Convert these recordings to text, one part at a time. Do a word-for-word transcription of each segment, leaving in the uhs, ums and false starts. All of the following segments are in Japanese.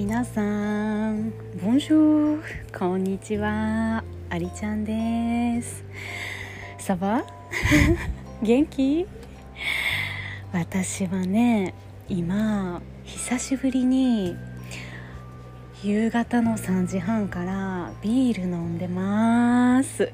皆さん、ボンジュール、こんにちは、ありちゃんです。サバ元気？私はね、今久しぶりに夕方のさんじはんからビール飲んでます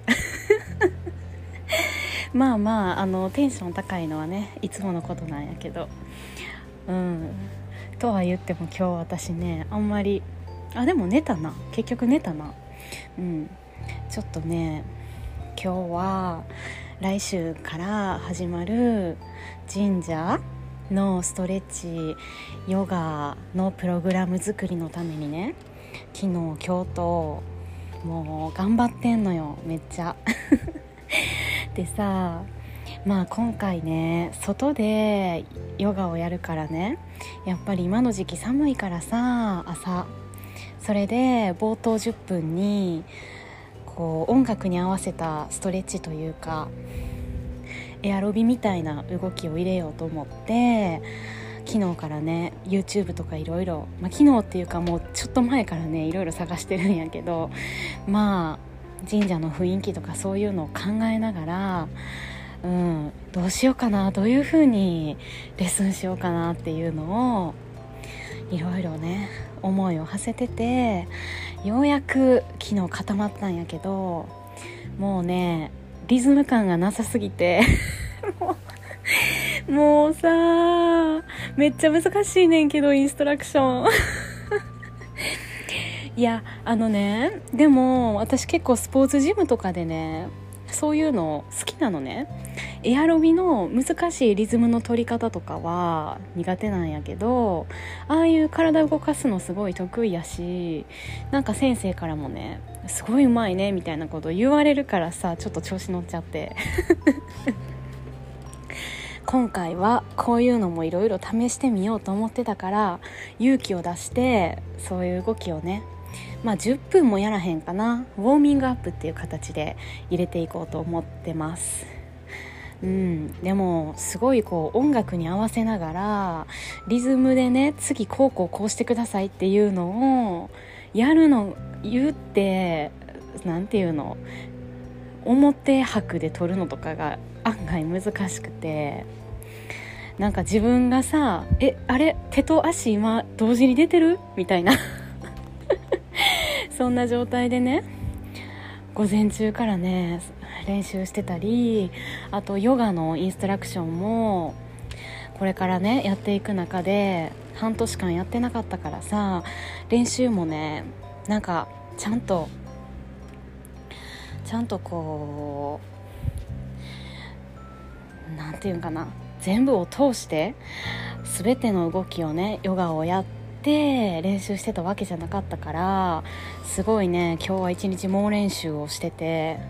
まあまあ、あのテンション高いのはね、いつものことなんやけど、うんとは言っても今日私ね、あんまりあでも寝たな結局寝たなうんちょっとね、今日は来週から始まる神社のストレッチヨガのプログラム作りのためにね、昨日今日ともう頑張ってんのよ、めっちゃでさ、まあ今回ね、外でヨガをやるからね、やっぱり今の時期寒いからさ、朝それで冒頭じゅっぷんにこう音楽に合わせたストレッチというかエアロビみたいな動きを入れようと思って、昨日からね YouTube とかいろいろ、まあ昨日っていうかもうちょっと前からねいろいろ探してるんやけど、まあ神社の雰囲気とかそういうのを考えながら、うん、どうしようかな、どういう風にレッスンしようかなっていうのをいろいろね思いを馳せてて、ようやく昨日固まったんやけど、もうねリズム感がなさすぎてもう、もうさめっちゃ難しいねんけどインストラクションいやあのね、でも私結構スポーツジムとかでねそういうの好きなのね。エアロビの難しいリズムの取り方とかは苦手なんやけど、ああいう体動かすのすごい得意やし、なんか先生からもねすごいうまいねみたいなこと言われるからさ、ちょっと調子乗っちゃって今回はこういうのもいろいろ試してみようと思ってたから、勇気を出してそういう動きをね、まあじゅっぷんもやらへんかな、ウォーミングアップっていう形で入れていこうと思ってます。うん、でもすごいこう音楽に合わせながらリズムでね、次こうこうこうしてくださいっていうのをやるの、言ってなんていうの、表拍で取るのとかが案外難しくて、なんか自分がさ、えあれ手と足今同時に出てるみたいなそんな状態でね、午前中からね練習してたり、あとヨガのインストラクションもこれからねやっていく中で半年間やってなかったからさ、練習もねなんかちゃんとちゃんとこうなんていうんかな、全部を通して全ての動きをねヨガをやって練習してたわけじゃなかったから、すごいね今日は一日猛練習をしてて、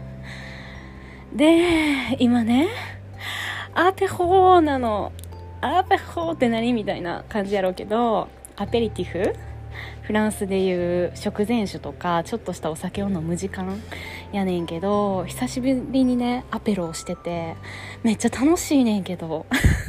で今ねアペホーなの。アペホーって何みたいな感じやろうけど、アペリティフ、フランスでいう食前酒とかちょっとしたお酒を飲む時間やねんけど、久しぶりにねアペロをしててめっちゃ楽しいねんけど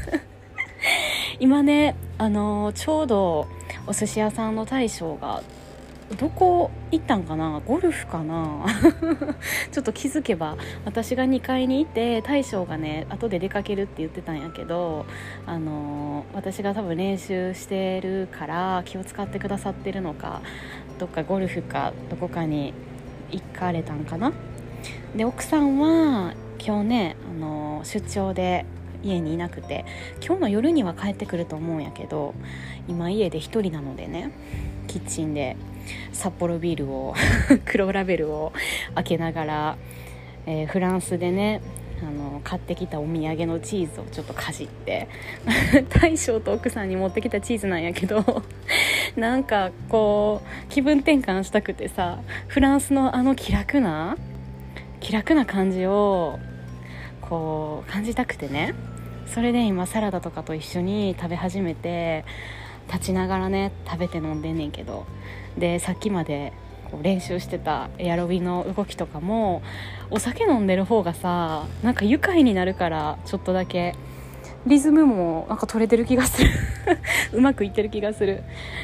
今ね、あのー、ちょうどお寿司屋さんの大将がどこ行ったんかな、ゴルフかなちょっと気づけば私がにかいにいて、大将がね後で出かけるって言ってたんやけど、あのー、私が多分練習してるから気を使ってくださってるのか、どっかゴルフかどこかに行かれたんかな。で奥さんは今日ね、あのー、出張で家にいなくて、今日の夜には帰ってくると思うんやけど、今家で一人なのでね、キッチンで札幌ビールを黒ラベルを開けながら、えー、フランスでねあの買ってきたお土産のチーズをちょっとかじって大将と奥さんに持ってきたチーズなんやけどなんかこう気分転換したくてさ、フランスのあの気楽な気楽な感じをこう感じたくてね、それで今サラダとかと一緒に食べ始めて、立ちながらね食べて飲んでんねんけど、でさっきまでこう練習してたエアロビの動きとかもお酒飲んでる方がさ、なんか愉快になるから、ちょっとだけリズムもなんか取れてる気がするうまくいってる気がする。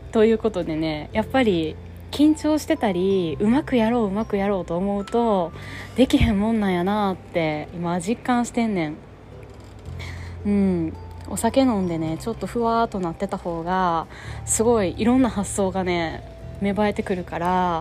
ということでね、やっぱり緊張してたりうまくやろううまくやろうと思うとできへんもんなんやなって今実感してんねん。うん、お酒飲んでねちょっとふわーっとなってた方がすごいいろんな発想がね芽生えてくるから、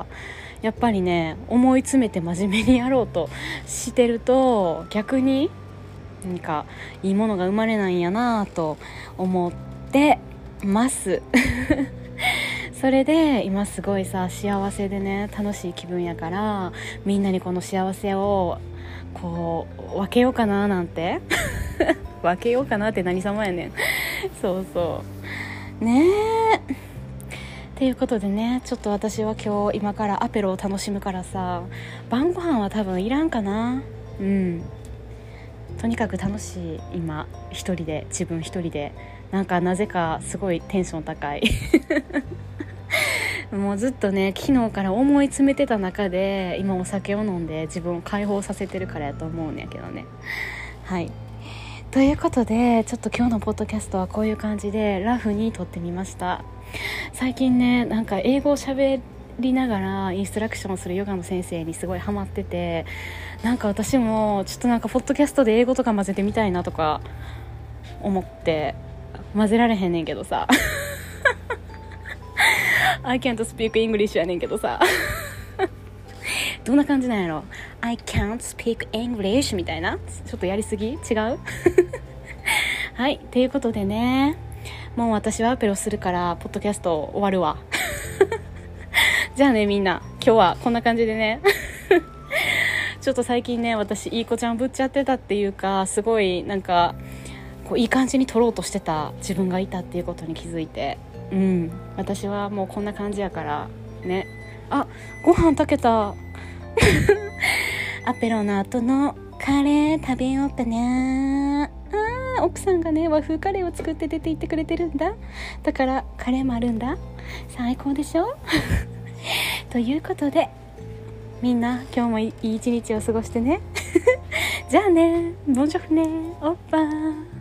やっぱりね思い詰めて真面目にやろうとしてると逆に何かいいものが生まれないんやなと思ってますそれで今すごいさ幸せでね楽しい気分やから、みんなにこの幸せをこう分けようかななんて分けようかなって何様やねんそうそうねえっていうことでね、ちょっと私は今日今からアペロを楽しむからさ、晩ご飯は多分いらんかな。うんとにかく楽しい今一人で、自分一人でなんかなぜかすごいテンション高いもうずっとね昨日から思い詰めてた中で今お酒を飲んで自分を解放させてるからやと思うんやけどね。はいということでちょっと今日のポッドキャストはこういう感じでラフに撮ってみました。最近ねなんか英語を喋りながらインストラクションをするヨガの先生にすごいハマってて、なんか私もちょっとなんかポッドキャストで英語とか混ぜてみたいなとか思って混ぜられへんねんけどさI can't speak English やねんけどさどんな感じなんやろ I can't speak English みたいな、ちょっとやりすぎ違うはいということでね、もう私はアペロするからポッドキャスト終わるわじゃあねみんな今日はこんな感じでねちょっと最近ね私いい子ちゃんぶっちゃってたっていうか、すごいなんかこういい感じに撮ろうとしてた自分がいたっていうことに気づいて、うん私はもうこんな感じやからね。あご飯炊けたアペロの後のカレー食べようかね。あ奥さんがね和風カレーを作って出て行ってくれてるんだ。だからカレーもあるんだ。最高でしょということでみんな今日もいい一日を過ごしてねじゃあねボンジョフねおっぱー。